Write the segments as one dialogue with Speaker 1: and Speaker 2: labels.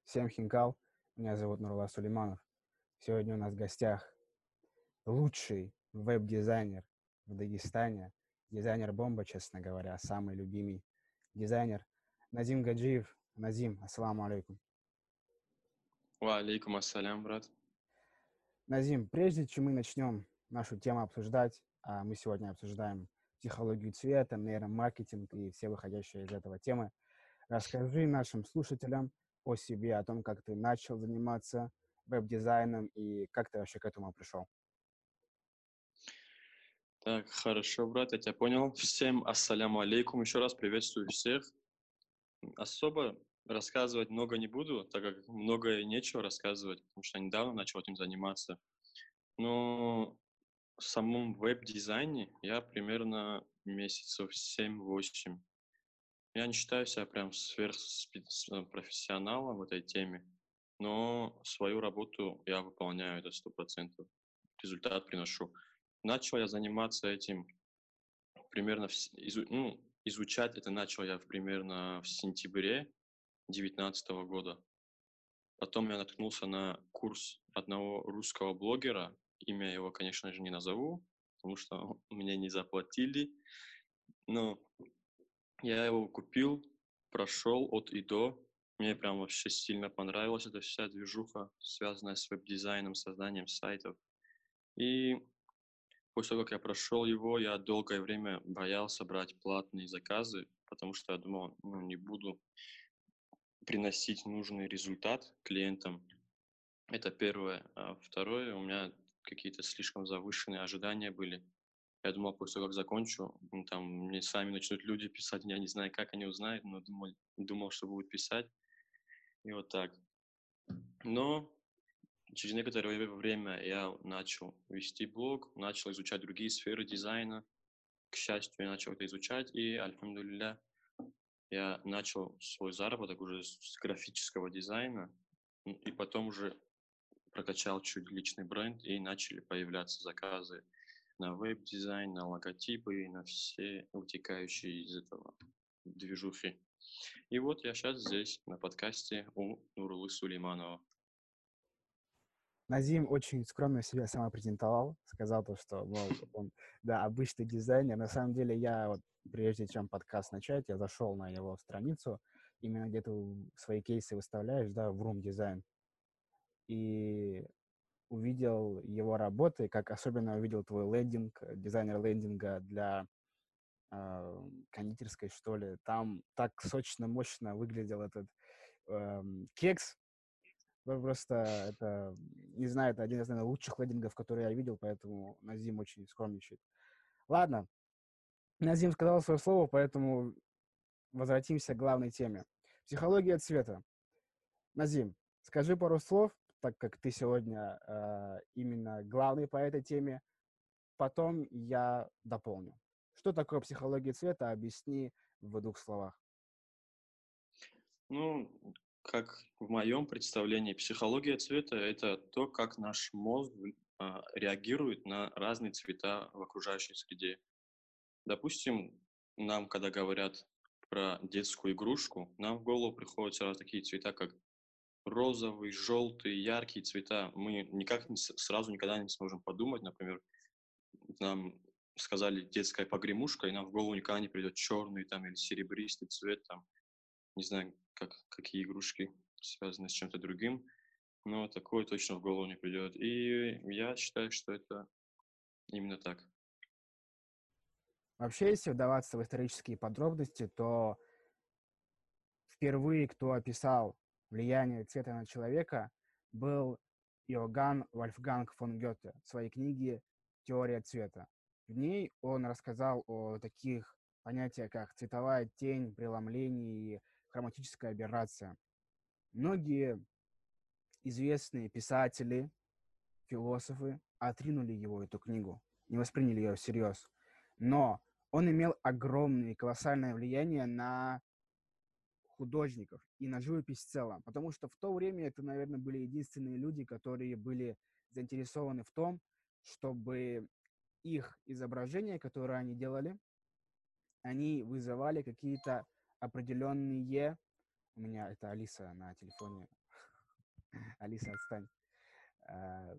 Speaker 1: Всем хинкал, меня зовут Нурулла Сулейманов. Сегодня у нас в гостях лучший веб-дизайнер в Дагестане, дизайнер-бомба, честно говоря, самый любимый дизайнер Назим Гаджиев. Назим, ассаламу алейкум.
Speaker 2: Ва алейкум ассалям, брат.
Speaker 1: Назим, прежде чем мы начнем нашу тему обсуждать, а мы сегодня обсуждаем психологию цвета, нейромаркетинг и все выходящие из этого темы, расскажи нашим слушателям о себе, о том, как ты начал заниматься веб-дизайном и как ты вообще к этому пришел.
Speaker 2: Так, хорошо, брат, я тебя понял. Всем ассаляму алейкум. Еще раз приветствую всех. Особо рассказывать много не буду, так как многое нечего рассказывать, потому что я недавно начал этим заниматься. Но в самом веб-дизайне я примерно месяцев 7-8. Я не считаю себя прям сверхпрофессионалом в этой теме, но свою работу я выполняю это 100%. Результат приношу. Начал я заниматься этим примерно, изучать это начал я примерно в сентябре 2019 года. Потом я наткнулся на курс одного русского блогера. Имя его, конечно же, не назову, потому что мне не заплатили. Но я его купил, прошел от и до. Мне прям вообще сильно понравилась эта вся движуха, связанная с веб-дизайном, созданием сайтов. И после того, как я прошел его, я долгое время боялся брать платные заказы, потому что я думал, не буду приносить нужный результат клиентам. Это первое. А второе, у меня какие-то слишком завышенные ожидания были. Я думал, после того, как закончу, там мне сами начнут люди писать, я не знаю, как они узнают, но думал, что будут писать. И вот так. Но через некоторое время я начал вести блог, начал изучать другие сферы дизайна. К счастью, я начал это изучать, и, альхамдулилля, я начал свой заработок уже с графического дизайна, и потом уже прокачал чуть личный бренд, и начали появляться заказы на веб-дизайн, на логотипы и на все вытекающие из этого движухи. И вот я сейчас здесь, на подкасте у Нуруллы Сулейманова.
Speaker 1: Назим очень скромно себя самопрезентовал, сказал то, что, мол, он, да, обычный дизайнер. На самом деле я вот, прежде чем подкаст начать, я зашел на его страницу, именно где ты свои кейсы выставляешь, да, в Room Design, и увидел его работы, как особенно увидел твой лендинг, дизайнер лендинга для кондитерской, что ли. Там так сочно, мощно выглядел этот кекс. Просто это, не знаю, это один из, наверное, лучших лендингов, которые я видел, поэтому Назим очень скромничает. Ладно, Назим сказал свое слово, поэтому возвратимся к главной теме. Психология цвета. Назим, скажи пару слов, так как ты сегодня именно главный по этой теме. Потом я дополню. Что такое психология цвета? Объясни в двух словах.
Speaker 2: Ну, как в моем представлении, психология цвета – это то, как наш мозг реагирует на разные цвета в окружающей среде. Допустим, нам, когда говорят про детскую игрушку, нам в голову приходят сразу такие цвета, как розовый, желтый, яркие цвета. Мы никак сразу никогда не сможем подумать, например, нам сказали детская погремушка, и нам в голову никогда не придет черный там или серебристый цвет, там, не знаю, какие игрушки связаны с чем-то другим, но такое точно в голову не придет. И я считаю, что это именно так.
Speaker 1: Вообще, если вдаваться в исторические подробности, то впервые, кто описал влияние цвета на человека, был Иоганн Вольфганг фон Гёте в своей книге «Теория цвета». В ней он рассказал о таких понятиях, как цветовая тень, преломление и хроматическая аберрация. Многие известные писатели, философы отринули его, эту книгу, не восприняли ее всерьез. Но он имел огромное и колоссальное влияние на художников и на живопись в целом, потому что в то время это, наверное, были единственные люди, которые были заинтересованы в том, чтобы их изображения, которые они делали, они вызывали какие-то определенные... У меня это Алиса на телефоне Алиса, отстань. Э,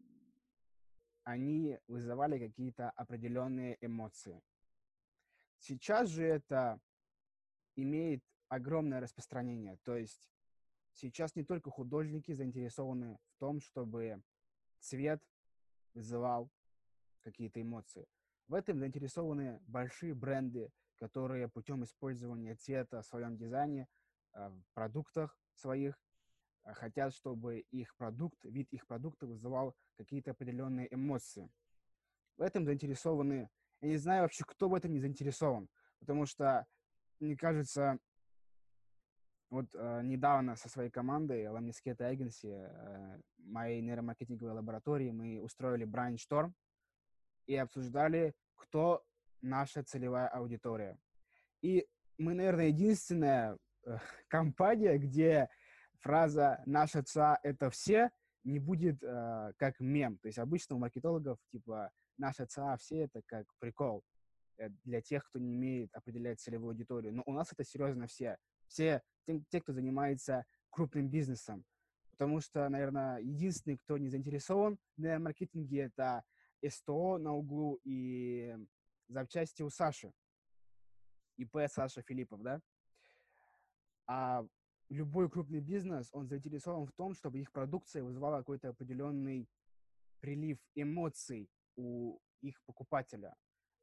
Speaker 1: Они вызывали какие-то определенные эмоции. Сейчас же это имеет огромное распространение. То есть сейчас не только художники заинтересованы в том, чтобы цвет вызывал какие-то эмоции. В этом заинтересованы большие бренды, которые путем использования цвета в своем дизайне, в продуктах своих, хотят, чтобы их продукт, вид их продукта вызывал какие-то определенные эмоции. В этом заинтересованы, я не знаю вообще, кто в этом не заинтересован, потому что, мне кажется, вот недавно со своей командой Lamniscate Agency, моей нейромаркетинговой лаборатории, мы устроили брайншторм и обсуждали, кто наша целевая аудитория. И мы, наверное, единственная компания, где фраза «наша ЦА– это все» не будет как мем. То есть обычно у маркетологов типа «наша ЦА все» это как прикол для тех, кто не умеет определять целевую аудиторию. Но у нас это серьезно все. Все те, кто занимается крупным бизнесом. Потому что, наверное, единственный, кто не заинтересован в маркетинге, это СТО на углу и запчасти у Саши. ИП Саша Филиппов, да? А любой крупный бизнес, он заинтересован в том, чтобы их продукция вызывала какой-то определенный прилив эмоций у их покупателя.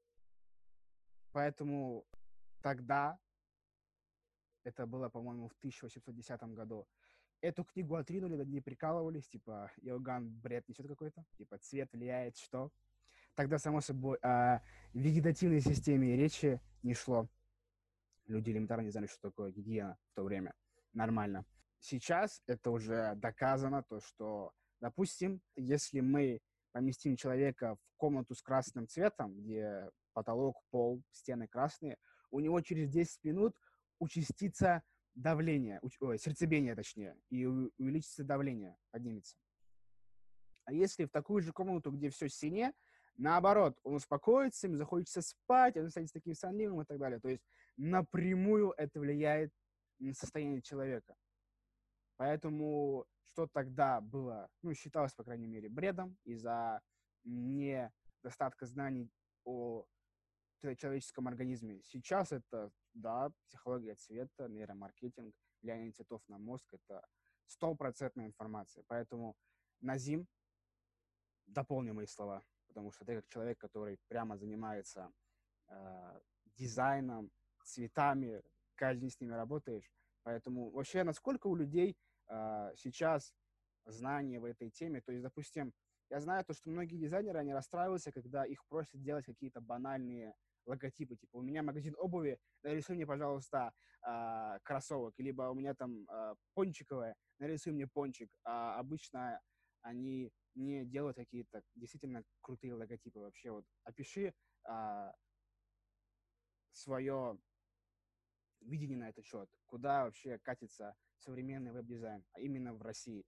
Speaker 1: Поэтому тогда, это было, по-моему, в 1810 году, эту книгу отринули, над ней прикалывались, типа, Иоганн бред несет какой-то, типа, цвет влияет, что? Тогда, само собой, о вегетативной системе речи не шло. Люди элементарно не знали, что такое гигиена в то время. Нормально. Сейчас это уже доказано, то, что, допустим, если мы поместим человека в комнату с красным цветом, где потолок, пол, стены красные, у него через 10 минут участится давление, сердцебиение точнее, и увеличится давление, поднимется. А если в такую же комнату, где все синее, наоборот, он успокоится, ему захочется спать, он станет таким сонливым и так далее. То есть напрямую это влияет на состояние человека. Поэтому что тогда было, ну, считалось, по крайней мере, бредом из-за недостатка знаний о человеческом организме. Сейчас это, да, психология цвета, нейромаркетинг, влияние цветов на мозг, это стопроцентная информация. Поэтому, Назим, дополни мои слова, потому что ты как человек, который прямо занимается дизайном, цветами, каждый день с ними работаешь. Поэтому вообще, насколько у людей сейчас знания в этой теме? То есть, допустим, я знаю то, что многие дизайнеры, они расстраиваются, когда их просят делать какие-то банальные логотипы. Типа, у меня магазин обуви, нарисуй мне, пожалуйста, кроссовок. Либо у меня там пончиковое, нарисуй мне пончик. А обычно они не делают какие-то действительно крутые логотипы вообще. Вот опиши свое видение на этот счет, куда вообще катится современный веб-дизайн, а именно в России.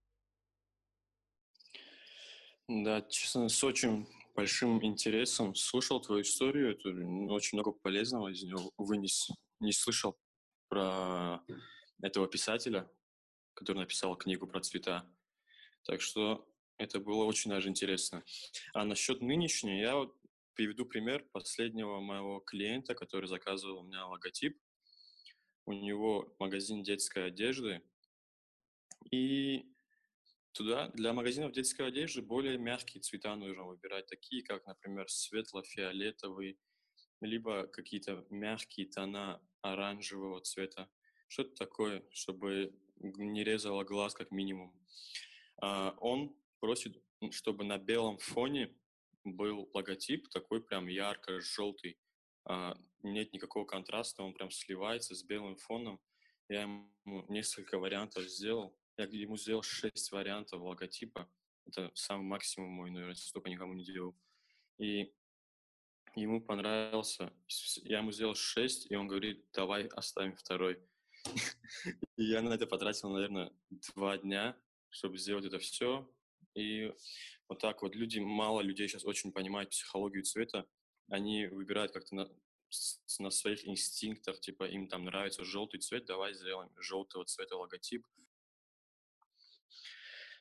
Speaker 2: Да, честно, с очень большим интересом слушал твою историю. Это очень много полезного из нее вынес. Не слышал про этого писателя, который написал книгу про цвета. Так что это было очень даже интересно. А насчет нынешней, я вот приведу пример последнего моего клиента, который заказывал у меня логотип. У него магазин детской одежды, и туда для магазинов детской одежды более мягкие цвета нужно выбирать, такие как, например, светло-фиолетовый, либо какие-то мягкие тона оранжевого цвета. Что-то такое, чтобы не резало глаз как минимум. Он просит, чтобы на белом фоне был логотип такой прям ярко-желтый. Нет никакого контраста, он прям сливается с белым фоном. Я ему несколько вариантов сделал. Я ему сделал 6 вариантов логотипа. Это самый максимум мой, наверное, столько никому не делал. И ему понравился. Я ему сделал 6, и он говорит, давай оставим второй. И я на это потратил, наверное, 2 дня, чтобы сделать это все. И вот так вот мало людей сейчас очень понимают психологию цвета. Они выбирают как-то на своих инстинктах, типа им там нравится желтый цвет, давай сделаем желтого цвета логотип.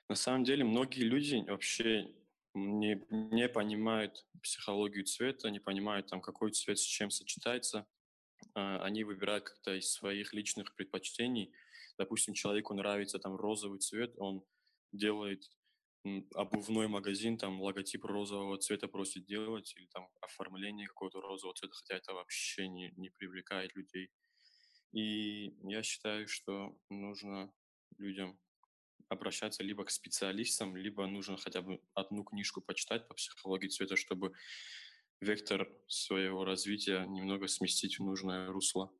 Speaker 2: На самом деле многие люди вообще не понимают психологию цвета, не понимают, там, какой цвет с чем сочетается. Они выбирают как-то из своих личных предпочтений. Допустим, человеку нравится там розовый цвет, он делает обувной магазин, там логотип розового цвета просит делать, или там оформление какого-то розового цвета, хотя это вообще не привлекает людей. И я считаю, что нужно людям обращаться либо к специалистам, либо нужно хотя бы одну книжку почитать по психологии цвета, чтобы вектор своего развития немного сместить в нужное русло.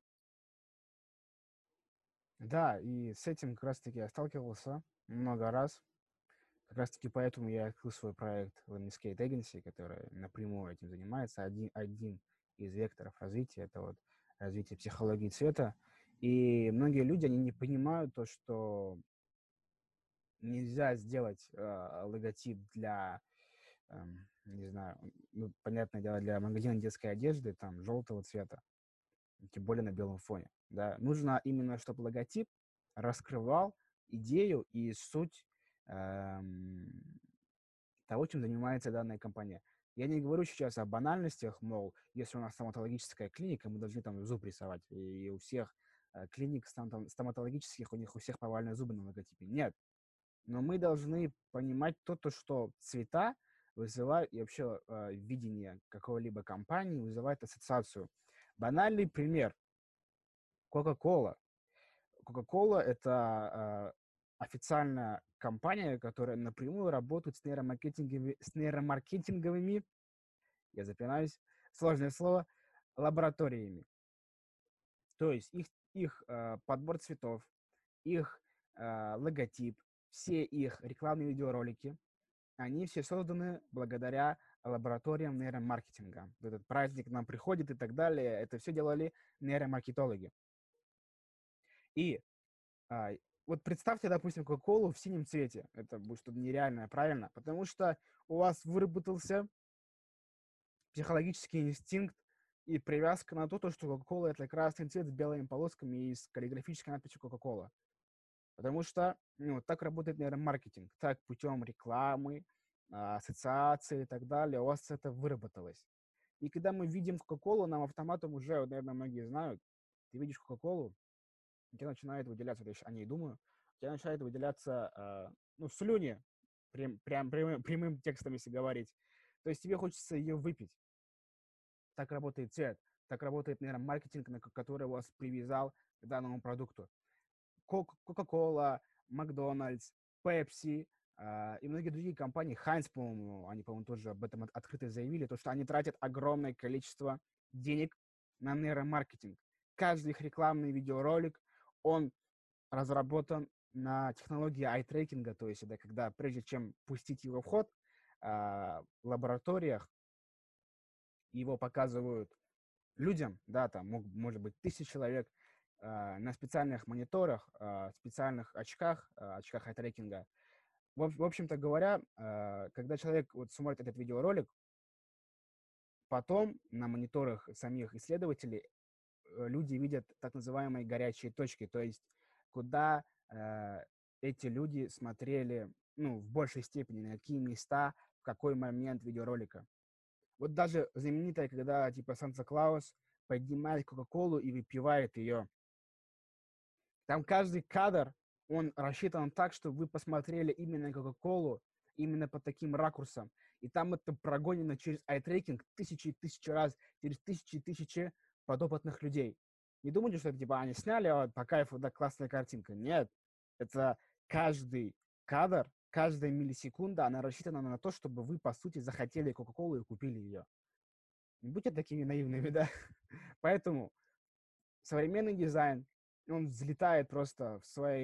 Speaker 1: Да, и с этим как раз-таки я сталкивался много раз. Как раз-таки поэтому я открыл свой проект Lemniscate Agency, который напрямую этим занимается. Один из векторов развития — это вот развитие психологии цвета. И многие люди, они не понимают то, что нельзя сделать логотип для, не знаю, ну, понятное дело, для магазина детской одежды, там, желтого цвета, тем более на белом фоне. Да. Нужно именно, чтобы логотип раскрывал идею и суть эм, того, чем занимается данная компания. Я не говорю сейчас о банальностях, мол, если у нас стоматологическая клиника, мы должны там зуб рисовать, и у всех клиник стоматологических, у них у всех повальные зубы на логотипе. Нет. Но мы должны понимать то, что цвета вызывают, и вообще видение какой-либо компании вызывает ассоциацию. Банальный пример. Coca-Cola. Coca-Cola — это официальная компания, которая напрямую работает с нейромаркетинговыми, я запинаюсь, сложное слово, лабораториями. То есть их подбор цветов, их логотип, все их рекламные видеоролики, они все созданы благодаря лабораториям нейромаркетинга. Этот праздник нам приходит и так далее. Это все делали нейромаркетологи. И А, вот представьте, допустим, Кока-Колу в синем цвете. Это будет что-то нереальное, правильно? Потому что у вас выработался психологический инстинкт и привязка на то, что Кока-Кола — это красный цвет с белыми полосками и с каллиграфической надписью Кока-Кола. Потому что ну, так работает нейромаркетинг. Так путем рекламы, ассоциации и так далее у вас это выработалось. И когда мы видим Кока-Колу, нам автоматом уже, вот, наверное, многие знают, ты видишь Кока-Колу, у тебя начинает выделяться, вот я щас о ней думаю, у тебя начинает выделяться, ну, слюни, прям прямым текстом, если говорить. То есть тебе хочется ее выпить. Так работает цвет, так работает нейромаркетинг, который вас привязал к данному продукту. Coca-Cola, Макдональдс, Pepsi и многие другие компании, Хайнс, по-моему, они, по-моему, тоже об этом открыто заявили, то, что они тратят огромное количество денег на нейромаркетинг. Каждый их рекламный видеоролик, он разработан на технологии ай-трекинга, то есть это когда, прежде чем пустить его в ход, в лабораториях его показывают людям, да, там может быть 1000 человек, на специальных мониторах, специальных очках, очках ай-трекинга. В общем-то говоря, когда человек вот смотрит этот видеоролик, потом на мониторах самих исследователей люди видят так называемые горячие точки, то есть куда эти люди смотрели, ну, в большей степени, на какие места, в какой момент видеоролика. Вот даже знаменитая, когда типа Санта-Клаус поднимает Кока-Колу и выпивает ее. Там каждый кадр, он рассчитан так, чтобы вы посмотрели именно Кока-Колу, именно под таким ракурсом. И там это прогонено через айтрекинг тысячи и тысячи раз, через тысячи и тысячи подопытных людей. Не думайте, что это типа они сняли, вот по кайфу, да, классная картинка. Нет, это каждый кадр, каждая миллисекунда, она рассчитана на то, чтобы вы, по сути, захотели Кока-Колу и купили ее. Не будьте такими наивными, да. Поэтому современный дизайн, он взлетает просто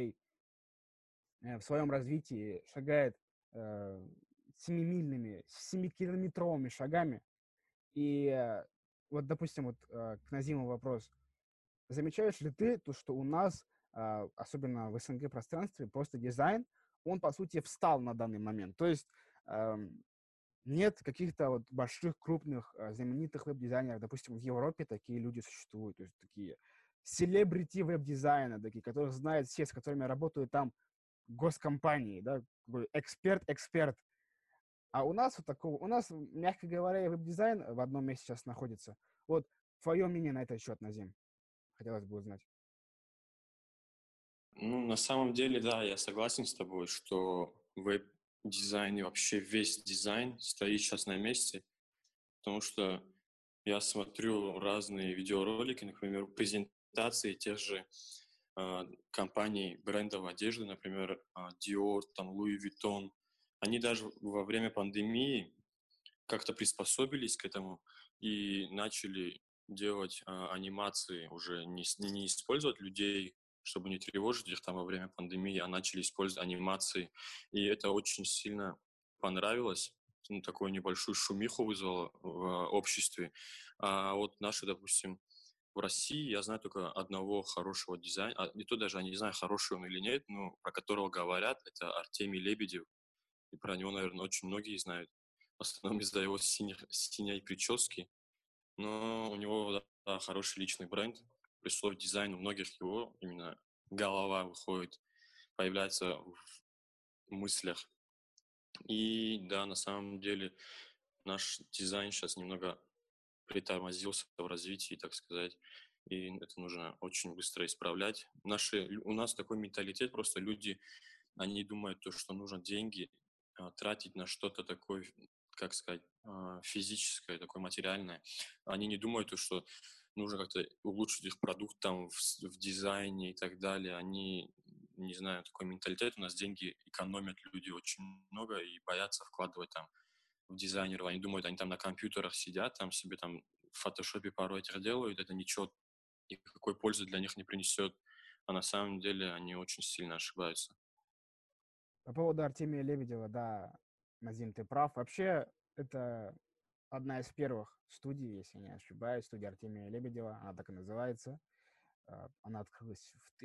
Speaker 1: в своем развитии, шагает э, 7-километровыми шагами. И вот, допустим, вот к Назиму вопрос. Замечаешь ли ты то, что у нас, особенно в СНГ пространстве, просто дизайн, он, по сути, встал на данный момент. То есть нет каких-то вот больших, крупных, знаменитых веб-дизайнеров. Допустим, в Европе такие люди существуют, то есть такие селебрити веб-дизайна, такие, которых знают все, с которыми работают там госкомпании, да, эксперт. А у нас вот такого, у нас, мягко говоря, веб-дизайн в одном месте сейчас находится. Вот твое мнение на этот счет, Назим, хотелось бы узнать.
Speaker 2: Ну, на самом деле, да, я согласен с тобой, что веб-дизайн и вообще весь дизайн стоит сейчас на месте, потому что я смотрю разные видеоролики, например, презентации тех же компаний брендов одежды, например, Dior, там, Louis Vuitton. Они даже во время пандемии как-то приспособились к этому и начали делать анимации, уже не использовать людей, чтобы не тревожить их там во время пандемии, а начали использовать анимации. И это очень сильно понравилось, ну, такую небольшую шумиху вызвало в обществе. А вот наши, допустим, в России я знаю только одного хорошего дизайнера, и то даже я не знаю, хороший он или нет, но про которого говорят, это Артемий Лебедев, и про него, наверное, очень многие знают, в основном из-за его синей прически, но у него, да, хороший личный бренд, пришло в дизайн у многих его, именно голова выходит, появляется в мыслях. И да, на самом деле наш дизайн сейчас немного притормозился в развитии, так сказать, и это нужно очень быстро исправлять. У нас такой менталитет, просто люди, они думают, то, что нужно деньги тратить на что-то такое, как сказать, физическое, такое материальное. Они не думают, то, что нужно как-то улучшить их продукт там в дизайне и так далее. Они, не знаю, такой менталитет, у нас деньги экономят люди очень много и боятся вкладывать там в дизайнеров, они думают, они там на компьютерах сидят, там себе там в фотошопе пару этих делают, это ничего, никакой пользы для них не принесет, а на самом деле они очень сильно ошибаются.
Speaker 1: По поводу Артемия Лебедева, да, Назим, ты прав. Вообще, это одна из первых студий, если не ошибаюсь, студия Артемия Лебедева, она так и называется. Она открылась в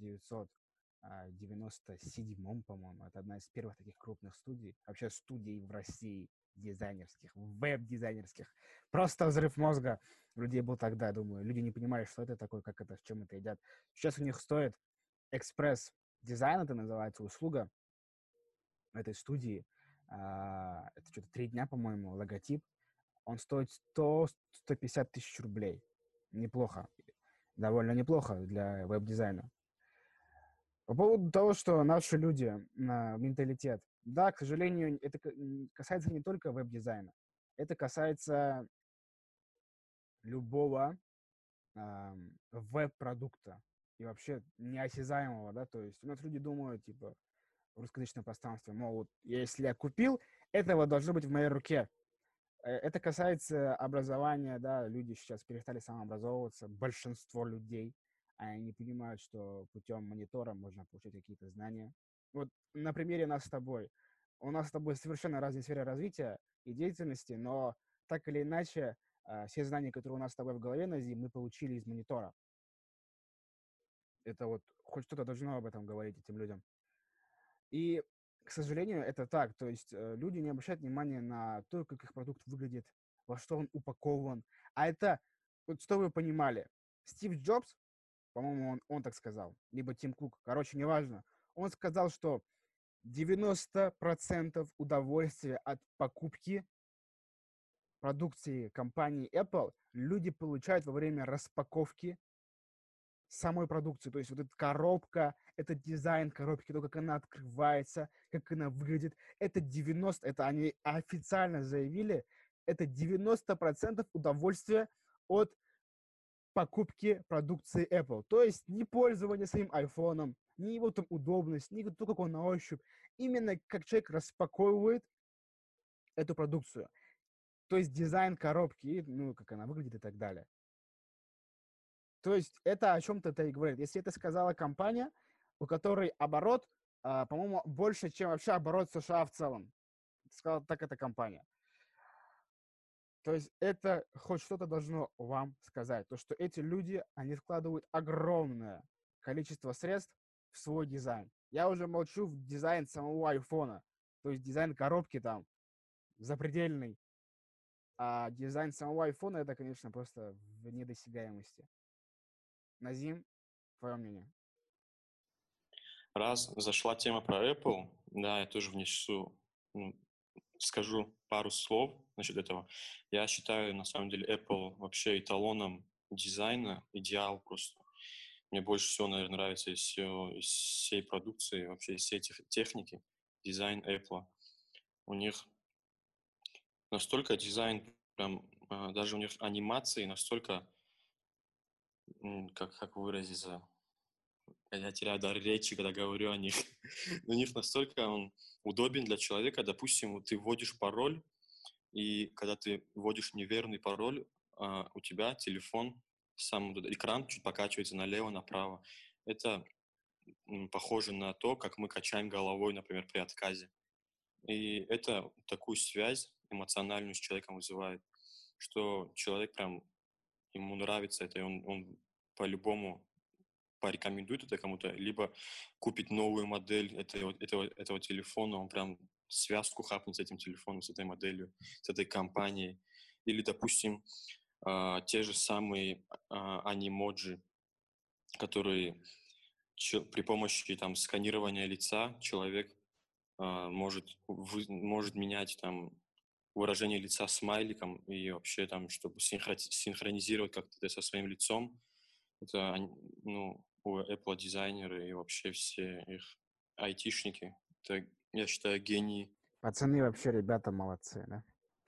Speaker 1: 1997, по-моему. Это одна из первых таких крупных студий. Вообще студий в России дизайнерских, веб-дизайнерских. Просто взрыв мозга у людей был тогда, я думаю. Люди не понимали, что это такое, как это, в чем это едят. Сейчас у них стоит экспресс-дизайн, это называется услуга этой студии. Это что-то 3 дня, по-моему, логотип. Он стоит 100-150 тысяч рублей. Неплохо. Довольно неплохо для веб-дизайна. По поводу того, что наши люди, менталитет. Да, к сожалению, это касается не только веб-дизайна. Это касается любого веб-продукта и вообще неосязаемого, да, то есть у нас люди думают, типа, в русскоязычном пространстве, мол, вот, если я купил, этого должно быть в моей руке. Это касается образования, да, люди сейчас перестали самообразовываться, большинство людей, они понимают, что путем монитора можно получать какие-то знания. Вот на примере нас с тобой. У нас с тобой совершенно разные сферы развития и деятельности, но так или иначе, все знания, которые у нас с тобой в голове, Назим, мы получили из монитора. Это вот хоть что-то должно об этом говорить этим людям. И, к сожалению, это так. То есть люди не обращают внимания на то, как их продукт выглядит, во что он упакован. А это, вот что вы понимали, Стив Джобс, по-моему, он так сказал, либо Тим Кук, короче, неважно, он сказал, что 90% удовольствия от покупки продукции компании Apple люди получают во время распаковки самой продукции. То есть вот эта коробка, это дизайн коробки, то, как она открывается, как она выглядит. Это они официально заявили, это 90% удовольствия от покупки продукции Apple. То есть не пользование своим айфоном, не его там удобность, не то, как он на ощупь. Именно как человек распаковывает эту продукцию. То есть дизайн коробки, ну, как она выглядит и так далее. То есть это о чем-то это и говорит. Если это сказала компания, у которой оборот, по-моему, больше, чем вообще оборот США в целом. Сказала так эта компания. То есть это хоть что-то должно вам сказать. То, что эти люди, они вкладывают огромное количество средств в свой дизайн. Я уже молчу в дизайн самого айфона. То есть дизайн коробки там запредельный. А дизайн самого айфона это, конечно, просто в недосягаемости. Назим, твое мнение?
Speaker 2: Раз зашла тема про Apple, да, я тоже внесу, ну, скажу пару слов насчет этого. Я считаю, на самом деле, Apple вообще эталоном дизайна, идеал просто. Мне больше всего, наверное, нравится из всей продукции, вообще из всей техники, дизайн Apple. У них настолько дизайн, прям, даже у них анимации настолько, как выразиться, я теряю дар речи, когда говорю о них. У них настолько он удобен для человека. Допустим, вот ты вводишь пароль, и когда ты вводишь неверный пароль, у тебя телефон, сам вот этот экран чуть покачивается налево, направо. Это похоже на то, как мы качаем головой, например, при отказе. И это такую связь эмоциональную с человеком вызывает, что человек прям, ему нравится это, и он по-любому порекомендует это кому-то, либо купит новую модель этого телефона, он прям связку хапнет с этим телефоном, с этой моделью, с этой компанией. Или, допустим, те же самые анимоджи, которые при помощи там сканирования лица человек может менять там выражение лица смайликом и вообще там, чтобы синхронизировать как-то это со своим лицом. Это, ну, у Apple дизайнеры и вообще все их айтишники. Это, я считаю, гении.
Speaker 1: Пацаны вообще, ребята, молодцы, да?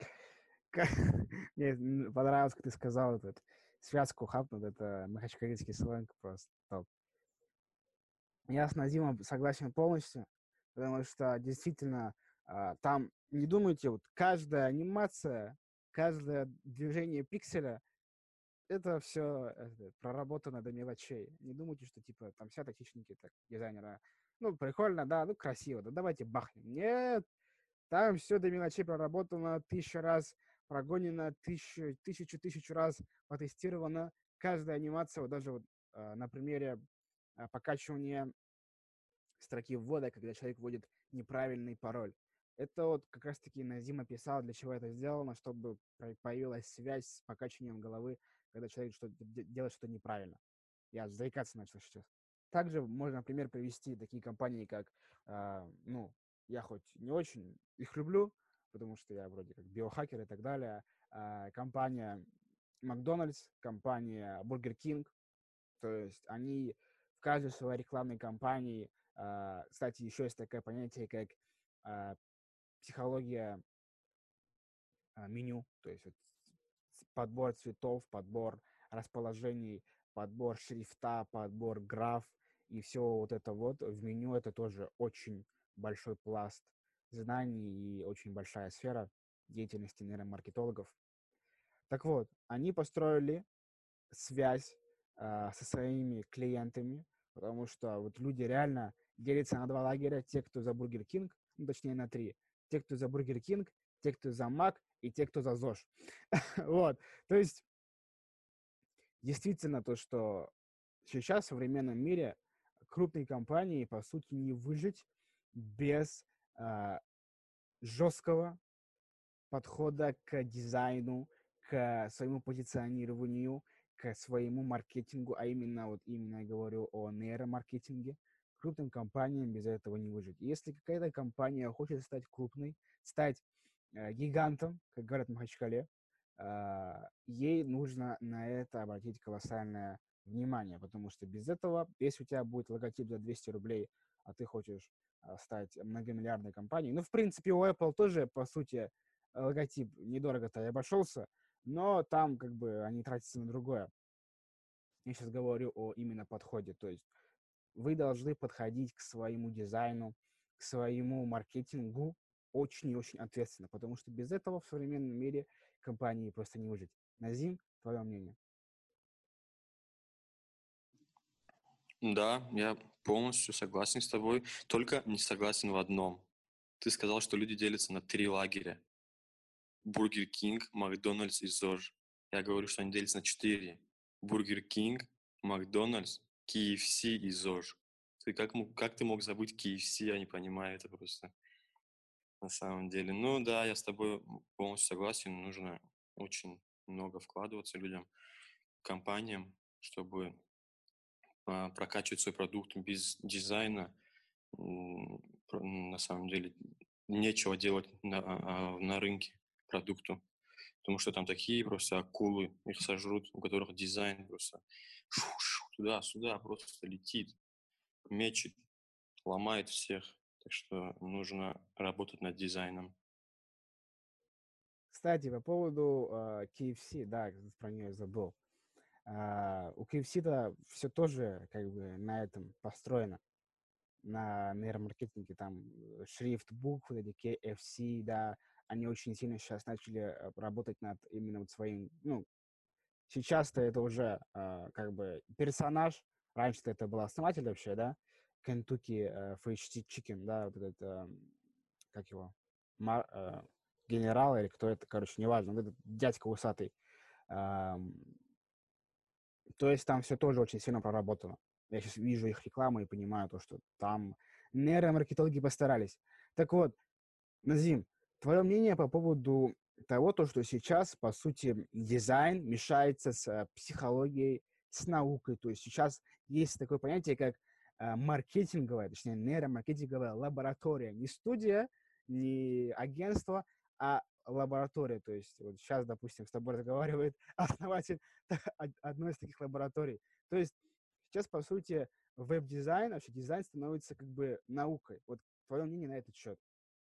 Speaker 1: Мне понравилось, как ты сказал этот связку хапнут, это махачкалинский сленг просто топ. Я с Назимом согласен полностью, потому что действительно там, не думайте, вот каждая анимация, каждое движение пикселя, это все проработано до мелочей. Не думайте, что типа там вся техники так, дизайнера, ну, прикольно, да, ну, красиво, да давайте бахнем. Нет, там все до мелочей проработано 1000 раз, прогонено тысячу раз, потестировано. Каждая анимация, вот даже вот на примере покачивания строки ввода, когда человек вводит неправильный пароль. Это вот как раз-таки Назим описал, для чего это сделано, чтобы появилась связь с покачиванием головы, когда человек делает что-то неправильно. Я заикаться начал сейчас. Также можно, например, привести такие компании, как, ну, я хоть не очень их люблю, потому что я вроде как биохакер и так далее, компания Макдональдс, компания Бургер Кинг, то есть они в каждой своей рекламной кампании, кстати, еще есть такое понятие, как психология меню, то есть вот подбор цветов, подбор расположений, подбор шрифта, подбор граф и все вот это вот в меню, это тоже очень большой пласт знаний и очень большая сфера деятельности нейромаркетологов. Так вот, они построили связь со своими клиентами, потому что вот люди реально делятся на два лагеря. Те, кто за Бургер Кинг, ну, точнее на три. Те, кто за Бургер Кинг, те, кто за Мак и те, кто за ЗОЖ. Вот, то есть действительно то, что сейчас в современном мире крупные компании, по сути, не выжить без жесткого подхода к дизайну, к своему позиционированию, к своему маркетингу, а именно, вот именно я говорю о нейромаркетинге. Крупным компаниям без этого не выжить. Если какая-то компания хочет стать крупной, стать гигантом, как говорят в Махачкале, ей нужно на это обратить колоссальное внимание, потому что без этого, если у тебя будет логотип за 200 рублей, а ты хочешь стать многомиллиардной компанией, ну, в принципе, у Apple тоже, по сути, логотип недорого-то и обошелся, но там как бы они тратятся на другое. Я сейчас говорю о именно подходе, то есть вы должны подходить к своему дизайну, к своему маркетингу очень и очень ответственно, потому что без этого в современном мире компании просто не выжить. Назим, твое мнение?
Speaker 2: Да, я полностью согласен с тобой, только не согласен в одном. Ты сказал, что люди делятся на три лагеря. Бургер Кинг, Макдональдс и ЗОЖ. Я говорю, что они делятся на четыре. Бургер Кинг, Макдональдс, KFC и ЗОЖ. Ты как ты мог забыть KFC? Я не понимаю это просто на самом деле. Ну да, я с тобой полностью согласен. Нужно очень много вкладываться людям, компаниям, чтобы прокачивать свой продукт без дизайна. на самом деле нечего делать на рынке продукту, потому что там такие просто акулы, их сожрут, у которых дизайн просто туда-сюда просто летит, мечет, ломает всех. Так что нужно работать над дизайном.
Speaker 1: Кстати, по поводу KFC, да, про нее забыл. У KFC-то все тоже как бы на этом построено, на нейромаркетинге. Там шрифт букв, вот эти KFC, да, они очень сильно сейчас начали работать над именно вот своим, ну, сейчас-то это уже как бы персонаж, раньше-то это был основатель вообще, да, Kentucky Fried Chicken, да, вот этот, как его, Мар- э, генерал или кто это, короче, неважно, вот этот дядька усатый. Ам, То есть там все тоже очень сильно проработано. Я сейчас вижу их рекламу и понимаю то, что там нейромаркетологи постарались. Так вот, Назим, твое мнение по поводу того, то, что сейчас, по сути, дизайн мешается с психологией, с наукой. То есть сейчас есть такое понятие, как маркетинговая, точнее, нейромаркетинговая лаборатория. Не студия, не агентство, а лаборатория. То есть вот сейчас, допустим, с тобой разговаривает основатель одной из таких лабораторий. То есть сейчас, по сути, веб-дизайн, вообще дизайн становится как бы наукой. Вот твое мнение на этот счет.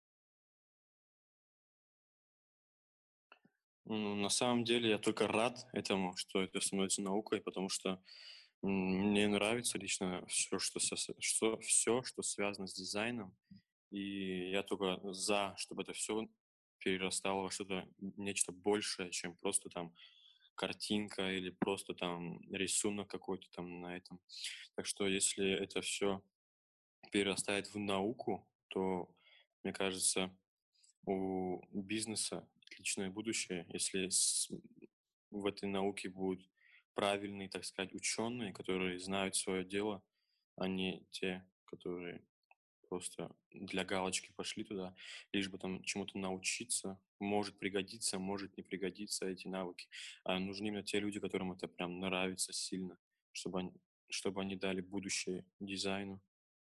Speaker 2: На самом деле я только рад этому, что это становится наукой, потому что мне нравится лично все, что связано с дизайном, и я только за, чтобы это все перерастало во что-то, нечто большее, чем просто там картинка или просто там рисунок какой-то там на этом. Так что если это все перерастает в науку, то, мне кажется, у бизнеса отличное будущее, если в этой науке будут правильные, так сказать, ученые, которые знают свое дело, а не те, которые просто для галочки пошли туда, лишь бы там чему-то научиться. Может пригодиться, может не пригодиться эти навыки. А нужны именно те люди, которым это прям нравится сильно, чтобы они дали будущее дизайну.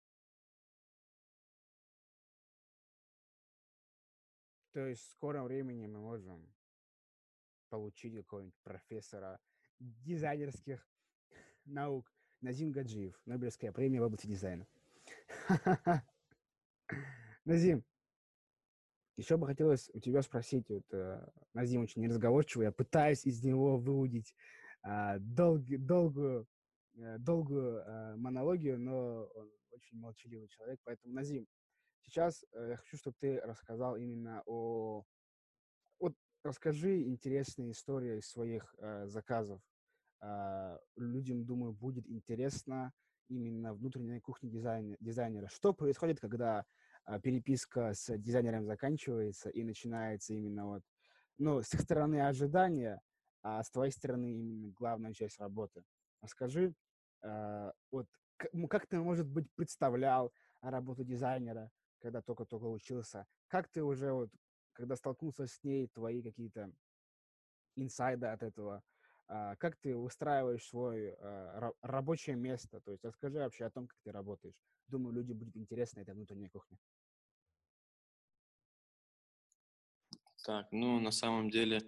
Speaker 1: То есть в скором времени мы можем получить какого-нибудь профессора дизайнерских наук Назим Гаджиев, Нобелевская премия в области дизайна. Назим, еще бы хотелось у тебя спросить, вот Назим очень неразговорчивый, я пытаюсь из него выудить долгую монологию, но он очень молчаливый человек, поэтому, Назим, сейчас я хочу, чтобы ты рассказал именно вот расскажи интересные истории из своих заказов. Людям, думаю, будет интересно именно внутренняя кухня дизайнера. Что происходит, когда переписка с дизайнером заканчивается и начинается именно вот, ну, с их стороны ожидания, а с твоей стороны именно главная часть работы. Расскажи, вот как ты, может быть, представлял работу дизайнера, когда только-только учился? Как ты уже вот когда столкнулся с ней, твои какие-то инсайды от этого, как ты устраиваешь свое рабочее место, то есть расскажи вообще о том, как ты работаешь. Думаю, людям будет интересна эта внутренняя кухня.
Speaker 2: Так, ну, на самом деле,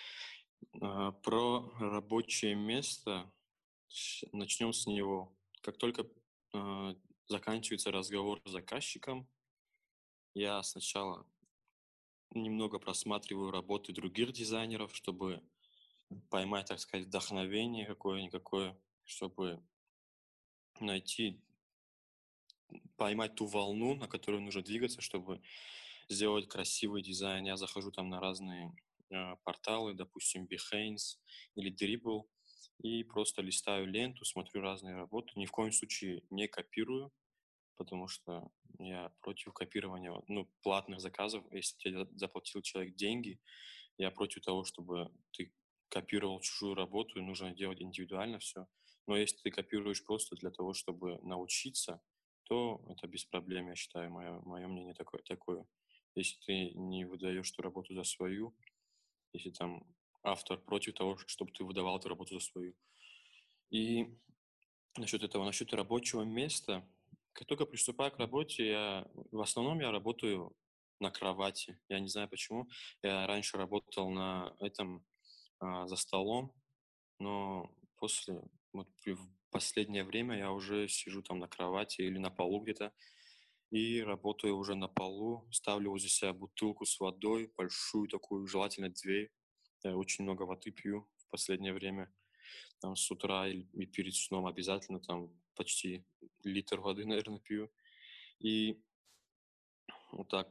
Speaker 2: про рабочее место начнем с него. Как только а, заканчивается разговор с заказчиком, я сначала немного просматриваю работы других дизайнеров, чтобы поймать, так сказать, вдохновение какое-никакое, чтобы найти, поймать ту волну, на которую нужно двигаться, чтобы сделать красивый дизайн. Я захожу там на разные порталы, допустим, Behance или Dribble, и просто листаю ленту, смотрю разные работы. Ни в коем случае не копирую, потому что я против копирования, ну, платных заказов. Если тебе заплатил человек деньги, я против того, чтобы ты копировал чужую работу, и нужно делать индивидуально все. Но если ты копируешь просто для того, чтобы научиться, то это без проблем, я считаю, мое мнение такое. Если ты не выдаешь эту работу за свою, если там автор против того, чтобы ты выдавал эту работу за свою. И насчет рабочего места, Как только приступаю к работе, в основном я работаю на кровати. Я не знаю почему. Я раньше работал за столом, но в последнее время я уже сижу там на кровати или на полу где-то и работаю уже на полу, ставлю возле себя бутылку с водой, большую такую, желательно 2. Я очень много воды пью в последнее время. Там с утра и перед сном обязательно там почти литр воды, наверное, пью. И вот так,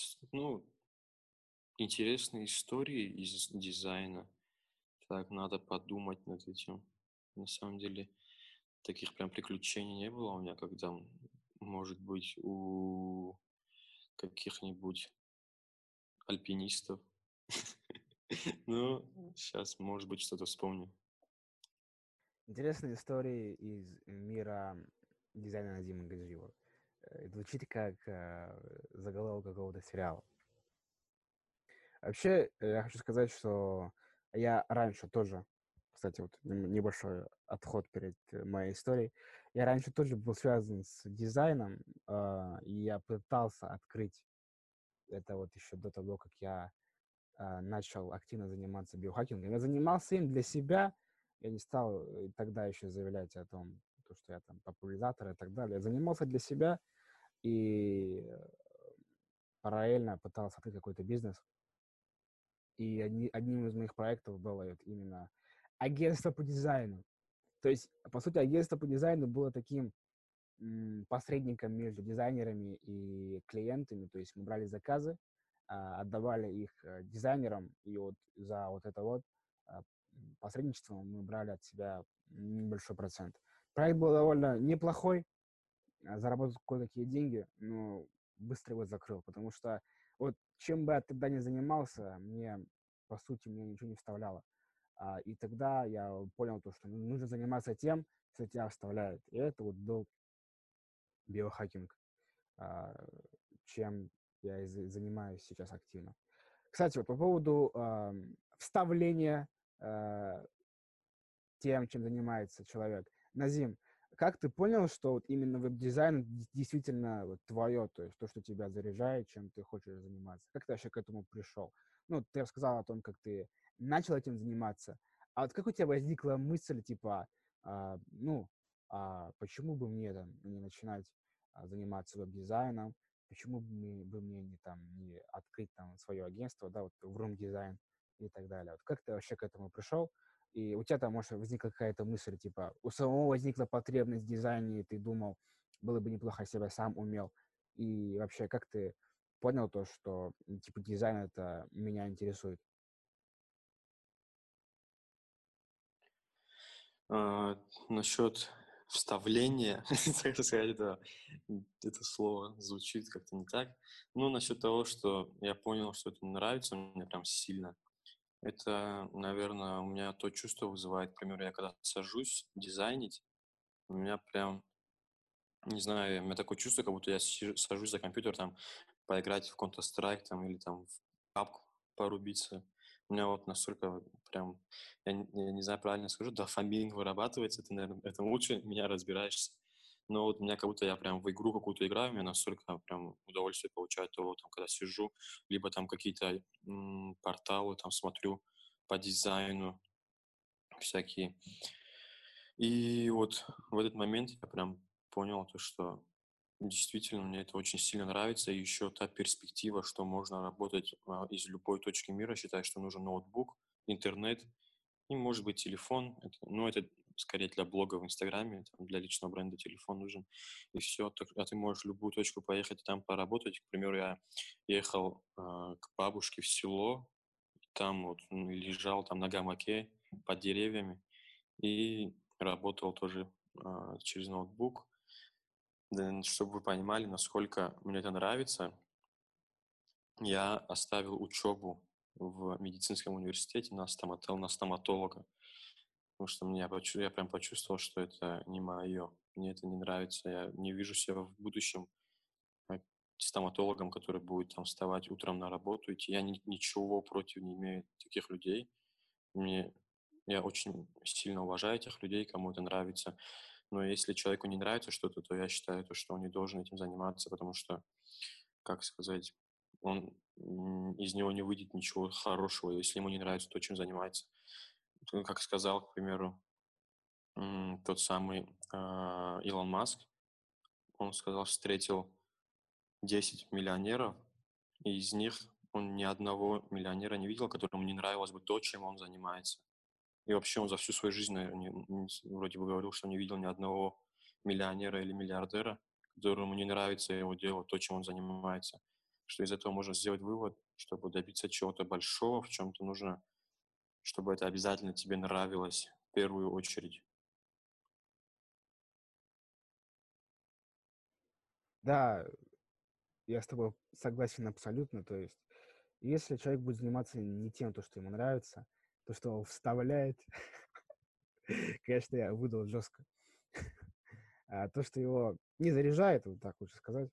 Speaker 2: интересные истории из дизайна. Так, надо подумать над этим. На самом деле, таких прям приключений не было у меня, когда, может быть, у каких-нибудь альпинистов. Ну, сейчас, может быть, что-то вспомню.
Speaker 1: Интересные истории из мира дизайна Назима Гаджиева. Звучит как заголовок какого-то сериала. Вообще, я хочу сказать, что я раньше тоже, кстати, вот небольшой отход перед моей историей, я раньше тоже был связан с дизайном, и я пытался открыть это вот еще до того, как я начал активно заниматься биохакингом. Я занимался им для себя, я не стал тогда еще заявлять о том, что я там популяризатор и так далее. Я занимался для себя и параллельно пытался открыть какой-то бизнес. И одним из моих проектов было вот именно агентство по дизайну. То есть, по сути, агентство по дизайну было таким посредником между дизайнерами и клиентами. То есть мы брали заказы, отдавали их дизайнерам, и вот за вот это вот а, посредничество мы брали от себя небольшой процент. Проект был довольно неплохой, заработал кое-какие деньги, но быстро его закрыл, потому что вот чем бы я тогда ни занимался, по сути, мне ничего не вставляло. И тогда я понял то, что нужно заниматься тем, что тебя вставляет. И это вот был биохакинг, а, чем я и занимаюсь сейчас активно. Кстати, вот по поводу вставления а, тем, чем занимается человек. Назим, как ты понял, что вот именно веб-дизайн действительно вот твое, то есть то, что тебя заряжает, чем ты хочешь заниматься? Как ты вообще к этому пришел? Ну, ты рассказал о том, как ты начал этим заниматься, а вот как у тебя возникла мысль, типа, почему бы мне там не начинать заниматься веб-дизайном, почему бы мне не открыть там свое агентство, да, вот в Room Design и так далее. Вот как ты вообще к этому пришел? И у тебя там, может, возникла какая-то мысль, типа, у самого возникла потребность в дизайне, и ты думал, было бы неплохо, если бы я сам умел. И вообще, как ты понял то, что, типа, дизайн это меня интересует?
Speaker 2: Насчет вставления, так сказать, это слово звучит как-то не так. Ну, насчет того, что я понял, что это нравится мне прям сильно. Это, наверное, у меня то чувство вызывает, к примеру, я когда сажусь дизайнить, у меня прям, не знаю, у меня такое чувство, как будто я сажусь за компьютер, там, поиграть в Counter-Strike, там, или там в папку порубиться. У меня вот настолько прям, я не знаю, правильно скажу, дофамин вырабатывается, ты, наверное, это лучше меня разбираешься. Но вот у меня как будто я прям в игру какую-то играю, у меня настолько прям удовольствие получаю от того, там, когда сижу, либо там какие-то порталы там смотрю по дизайну всякие. И вот в этот момент я прям понял то, что действительно мне это очень сильно нравится. И еще та перспектива, что можно работать из любой точки мира. Считаю, что нужен ноутбук, интернет и, может быть, телефон. Это скорее для блога в Инстаграме, там, для личного бренда телефон нужен. И все. А ты можешь в любую точку поехать и там поработать. К примеру, я ехал к бабушке в село, там вот лежал там на гамаке под деревьями и работал тоже через ноутбук. Да, чтобы вы понимали, насколько мне это нравится, я оставил учебу в медицинском университете на стоматолога, потому что я прям почувствовал, что это не мое, мне это не нравится, я не вижу себя в будущем э, стоматологом, который будет там вставать утром на работу идти. Я ничего против не имею таких людей. Мне, я очень сильно уважаю этих людей, кому это нравится. Но если человеку не нравится что-то, то я считаю, то, что он не должен этим заниматься, потому что, как сказать, он из него не выйдет ничего хорошего, если ему не нравится то, чем занимается. Как сказал, к примеру, тот самый Илон Маск, он сказал, что встретил 10 миллионеров, и из них он ни одного миллионера не видел, которому не нравилось бы то, чем он занимается. И вообще он за всю свою жизнь, наверное, вроде бы говорил, что не видел ни одного миллионера или миллиардера, которому не нравится его дело, то, чем он занимается. Что из этого можно сделать вывод, чтобы добиться чего-то большого, в чем-то нужно, чтобы это обязательно тебе нравилось в первую очередь.
Speaker 1: Да, я с тобой согласен абсолютно. То есть, если человек будет заниматься не тем, то, что ему нравится, то, что он вставляет, конечно, я выдал жестко. А то, что его не заряжает, вот так лучше сказать,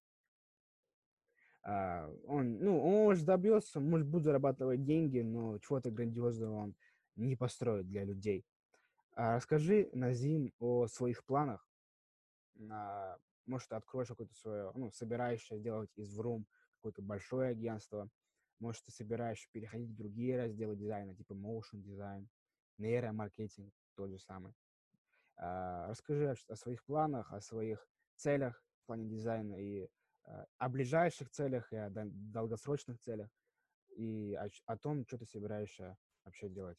Speaker 1: он может добьется, может будет зарабатывать деньги, но чего-то грандиозного он не построит для людей. Расскажи, Назим, о своих планах. На, Может, ты откроешь какое-то свое, собираешься сделать из Vroom какое-то большое агентство. Может, ты собираешься переходить в другие разделы дизайна, типа motion дизайн, нейромаркетинг, тот же самый. Расскажи о своих планах, о своих целях в плане дизайна и о ближайших целях и о долгосрочных целях и о том, что ты собираешься вообще делать.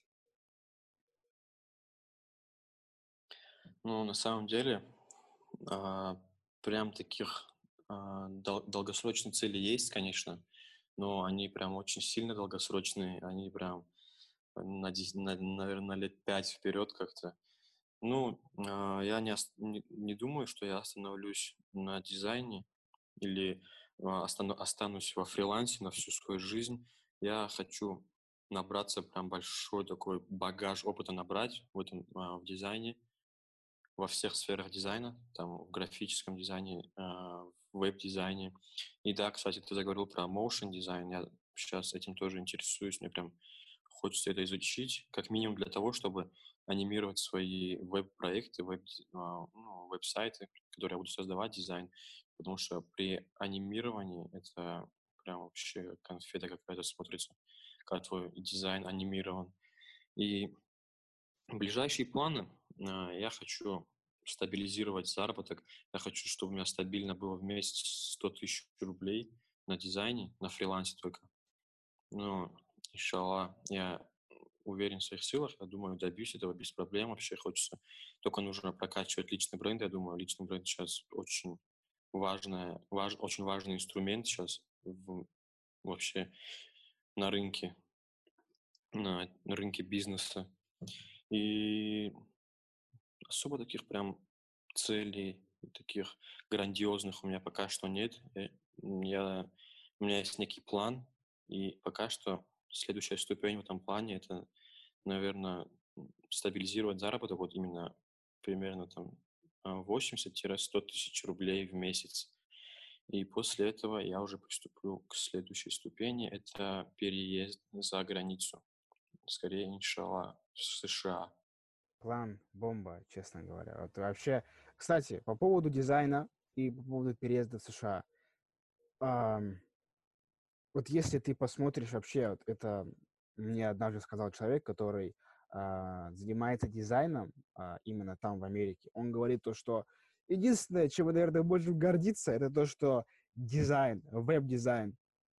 Speaker 2: Ну, на самом деле, а, прям таких долгосрочных целей есть, конечно, но они прям очень сильно долгосрочные, они прям наверное, на лет 5 вперед как-то. Ну, я не думаю, что я остановлюсь на дизайне или останусь во фрилансе на всю свою жизнь. Я хочу набраться прям большой такой багаж опыта набрать в дизайне, во всех сферах дизайна, там, в графическом дизайне, в веб-дизайне. И да, кстати, ты заговорил про motion дизайн. Я сейчас этим тоже интересуюсь. Мне прям хочется это изучить, как минимум для того, чтобы анимировать свои веб-проекты, веб-сайты, которые я буду создавать, дизайн. Потому что при анимировании это прям вообще конфета какая-то смотрится, когда твой дизайн анимирован. И ближайшие планы. Я хочу стабилизировать заработок. Я хочу, чтобы у меня стабильно было в месяц 100 тысяч рублей на дизайне, на фрилансе только. Ну, иншаллах, я уверен в своих силах. Я думаю, добьюсь этого без проблем. Вообще хочется. Только нужно прокачивать личный бренд. Я думаю, личный бренд сейчас очень очень важный инструмент сейчас вообще на рынке, на рынке бизнеса. И особо таких прям целей, таких грандиозных у меня пока что нет. У меня есть некий план, и пока что следующая ступень в этом плане — это, наверное, стабилизировать заработок вот именно примерно там 80-100 тысяч рублей в месяц. И после этого я уже приступлю к следующей ступени — это переезд за границу. Скорее, иншаллах, в США.
Speaker 1: План бомба, честно говоря. Вот вообще, кстати, по поводу дизайна и по поводу переезда в США. Ам, вот если ты посмотришь вообще, вот это мне однажды сказал человек, который занимается дизайном именно там, в Америке. Он говорит то, что единственное, чем мы, наверное, можем гордиться, это то, что дизайн, веб-дизайн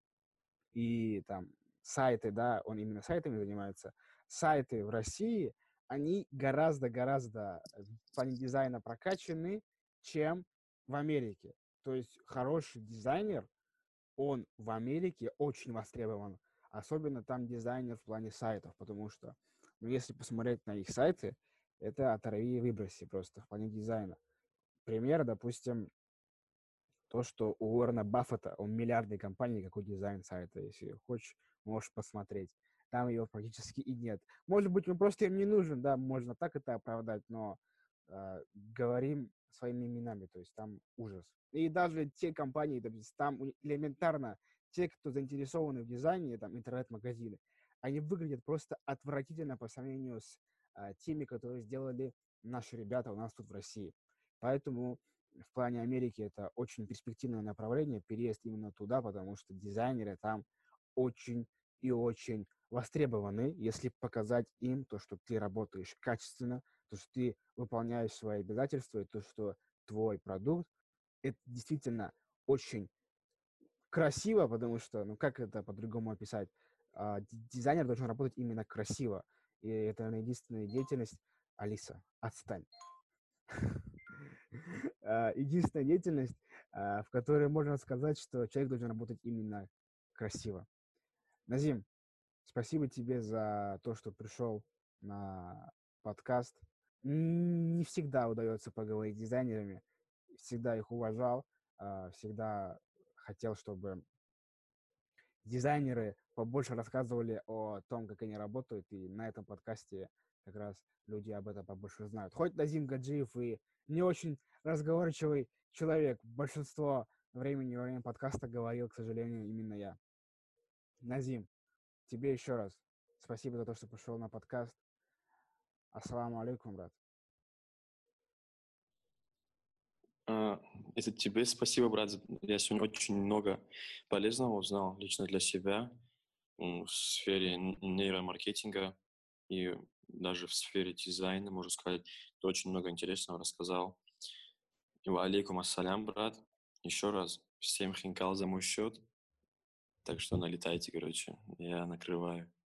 Speaker 1: и там сайты, да, он именно сайтами занимается, сайты в России, они гораздо-гораздо в плане дизайна прокачаны, чем в Америке. То есть хороший дизайнер, он в Америке очень востребован, особенно там дизайнер в плане сайтов, потому что, если посмотреть на их сайты, это оторви и выброси просто в плане дизайна. Пример, допустим, то, что у Уоррена Баффета, он миллиардной компании, какой дизайн сайта, если хочешь, можешь посмотреть. Там его практически и нет. Может быть, он просто им не нужен, да, можно так это оправдать, но говорим своими именами, то есть там ужас. И даже те компании, там элементарно, те, кто заинтересованы в дизайне, там интернет-магазины, они выглядят просто отвратительно по сравнению с теми, которые сделали наши ребята у нас тут в России. Поэтому в плане Америки это очень перспективное направление, переезд именно туда, потому что дизайнеры там очень и очень востребованы, если показать им то, что ты работаешь качественно, то, что ты выполняешь свои обязательства, и то, что твой продукт, это действительно очень красиво, потому что, ну как это по-другому описать? Дизайнер должен работать именно красиво. И это, наверное, единственная деятельность... Алиса, отстань. Единственная деятельность, в которой можно сказать, что человек должен работать именно красиво. Назим, спасибо тебе за то, что пришел на подкаст. Не всегда удается поговорить с дизайнерами, всегда их уважал, всегда хотел, чтобы дизайнеры побольше рассказывали о том, как они работают, и на этом подкасте как раз люди об этом побольше знают. Хоть Назим Гаджиев и не очень разговорчивый человек, большинство времени во время подкаста говорил, к сожалению, именно я. Назим, тебе еще раз спасибо за то, что пришел на подкаст. Ассаламу алейкум, брат.
Speaker 2: А, Это тебе спасибо, брат. Я сегодня очень много полезного узнал лично для себя в сфере нейромаркетинга и даже в сфере дизайна, можно сказать. Ты очень много интересного рассказал. И ва алейкум ассалям, брат. Еще раз всем хинкал за мой счет. Так что налетайте, короче. Я накрываю.